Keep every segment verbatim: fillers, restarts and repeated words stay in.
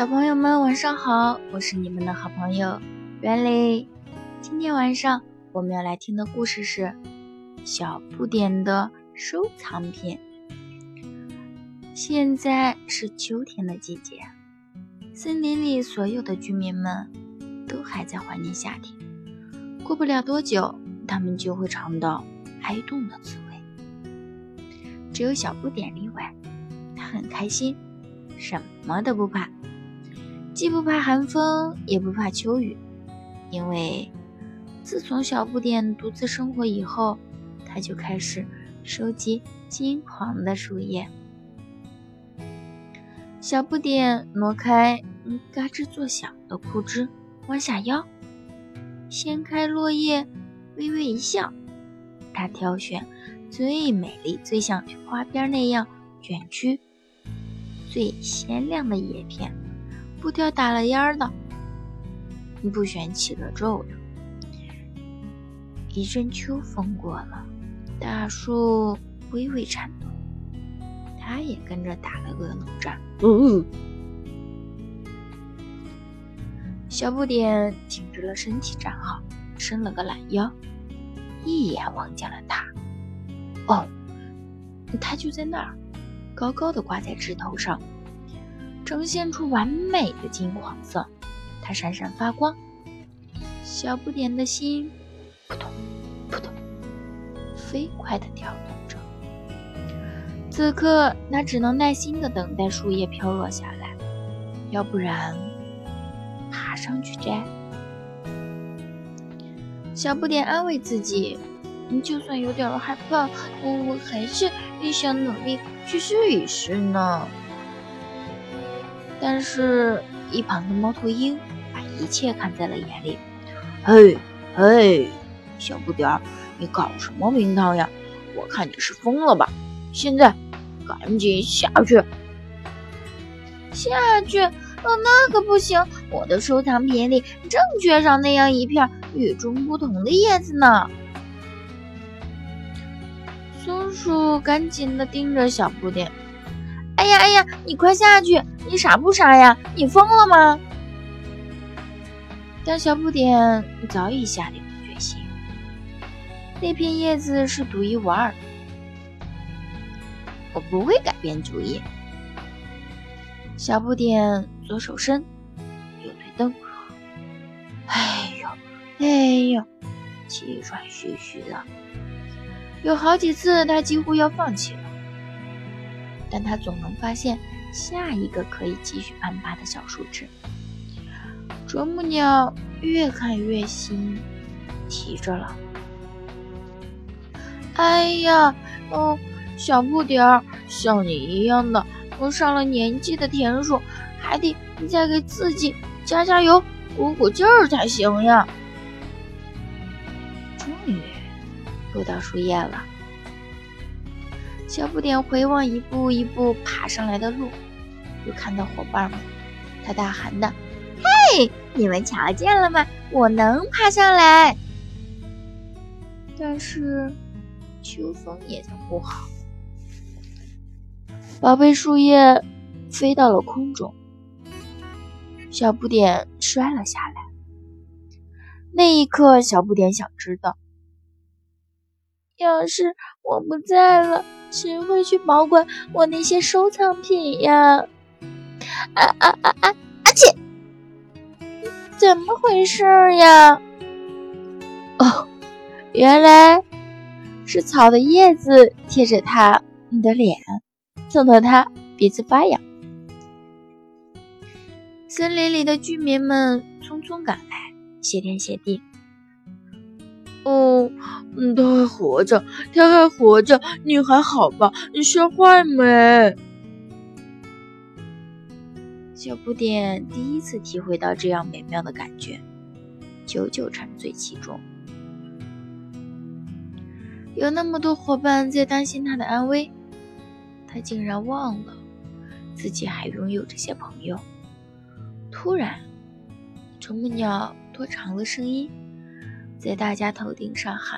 小朋友们晚上好，我是你们的好朋友袁磊。今天晚上我们要来听的故事是小不点的收藏品。现在是秋天的季节，森林里所有的居民们都还在怀念夏天，过不了多久他们就会尝到挨冻的滋味。只有小不点例外，他很开心，什么都不怕，既不怕寒风也不怕秋雨，因为自从小不点独自生活以后，他就开始收集金黄的树叶。小不点挪开嗯嘎吱作响的枯枝，弯下腰，掀开落叶，微微一笑。他挑选最美丽、最像花边那样卷曲、最鲜亮的叶片，不挑打了烟的，不选起了皱的。一阵秋风过了，大树微微颤动，它也跟着打了个冷战。嗯，小不点挺直了身体站好，伸了个懒腰，一眼望见了它。哦，它就在那儿，高高的挂在枝头上，呈现出完美的金黄色，它闪闪发光。小不点的心扑通扑通飞快地跳动着。此刻他只能耐心地等待树叶飘落下来，要不然爬上去摘。小不点安慰自己，就算有点害怕，我还是想努力去试一试呢。但是一旁的猫头鹰把一切看在了眼里。嘿嘿，小不点儿，你搞什么名堂呀？我看你是疯了吧！现在赶紧下去！下去？哦，那可不行！我的收藏品里正缺少那样一片与众不同的叶子呢。松鼠赶紧地盯着小不点。哎呀哎呀，你快下去！你傻不傻呀？你疯了吗？但小不点早已下定了决心，那片叶子是独一无二的，我不会改变主意。小不点左手伸，右腿蹬，哎呦哎呦，气喘吁吁的，有好几次他几乎要放弃了，但他总能发现下一个可以继续攀爬的小树枝。啄木鸟越看越心提着了。哎呀，哦，小不点儿，像你一样的都上了年纪的田鼠，还得再给自己加加油，鼓鼓劲儿才行呀。终于够到树叶了。小不点回望一步一步爬上来的路，又看到伙伴们，他大喊道：嘿，你们瞧见了吗？我能爬上来！但是秋风也在不好，宝贝树叶飞到了空中，小不点摔了下来。那一刻，小不点想知道，要是我不在了，谁会去保管我那些收藏品呀？啊啊啊啊！而且怎么回事呀？哦，原来是草的叶子贴着他的脸，蹭得他鼻子发痒。森林里的居民们匆匆赶来，谢天谢地。哦，嗯，他还活着，他还活着，你还好吧？你摔坏没？小不点第一次体会到这样美妙的感觉，久久沉醉其中。有那么多伙伴在担心他的安危，他竟然忘了自己还拥有这些朋友。突然，啄木鸟拖长了声音，在大家头顶上喊：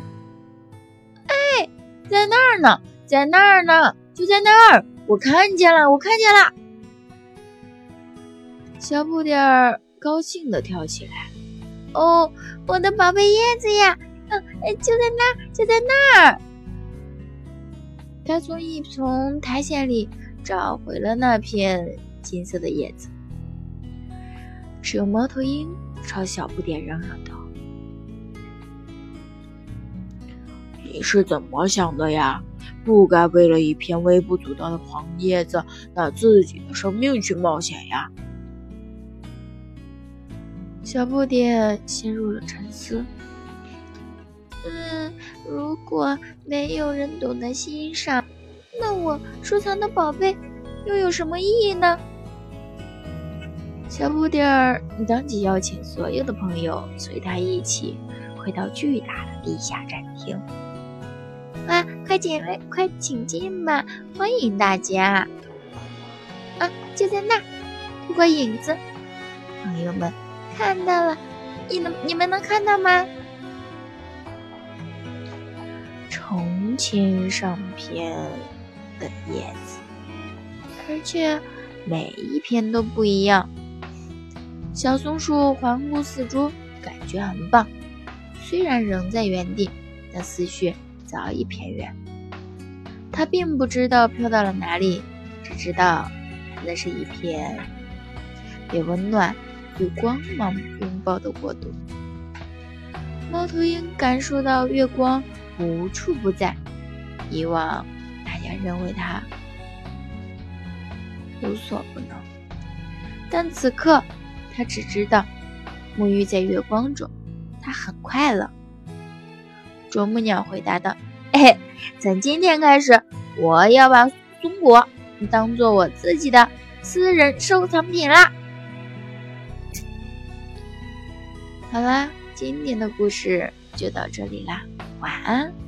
哎，在那儿呢，在那儿呢，就在那儿，我看见了，我看见了。 小不点儿高兴地跳起来。哦，我的宝贝叶子呀，嗯，就在那儿，就在那儿。他从一丛苔藓里找回了那片金色的叶子。只有猫头鹰朝小不点嚷嚷道：你是怎么想的呀？不该为了一片微不足道的黄叶子拿自己的生命去冒险呀。小不点陷入了沉思。嗯，如果没有人懂得欣赏，那我收藏的宝贝又有什么意义呢？小不点儿当即邀请所有的朋友随他一起回到巨大的地下展厅。啊，快进来，快请进吧，欢迎大家！啊，就在那儿，透过影子，朋友们看到了，你能你们能看到吗？成千上片的叶子，而且每一片都不一样。小松鼠环顾四周，感觉很棒。虽然仍在原地，但思绪早已偏远。它并不知道飘到了哪里，只知道那是一片被温暖与光芒拥抱的国度。猫头鹰感受到月光无处不在，以往大家认为它无所不能，但此刻他只知道沐浴在月光中，他很快乐。啄木鸟回答道：哎，从今天开始，我要把松果当做我自己的私人收藏品啦。好啦，今天的故事就到这里啦，晚安。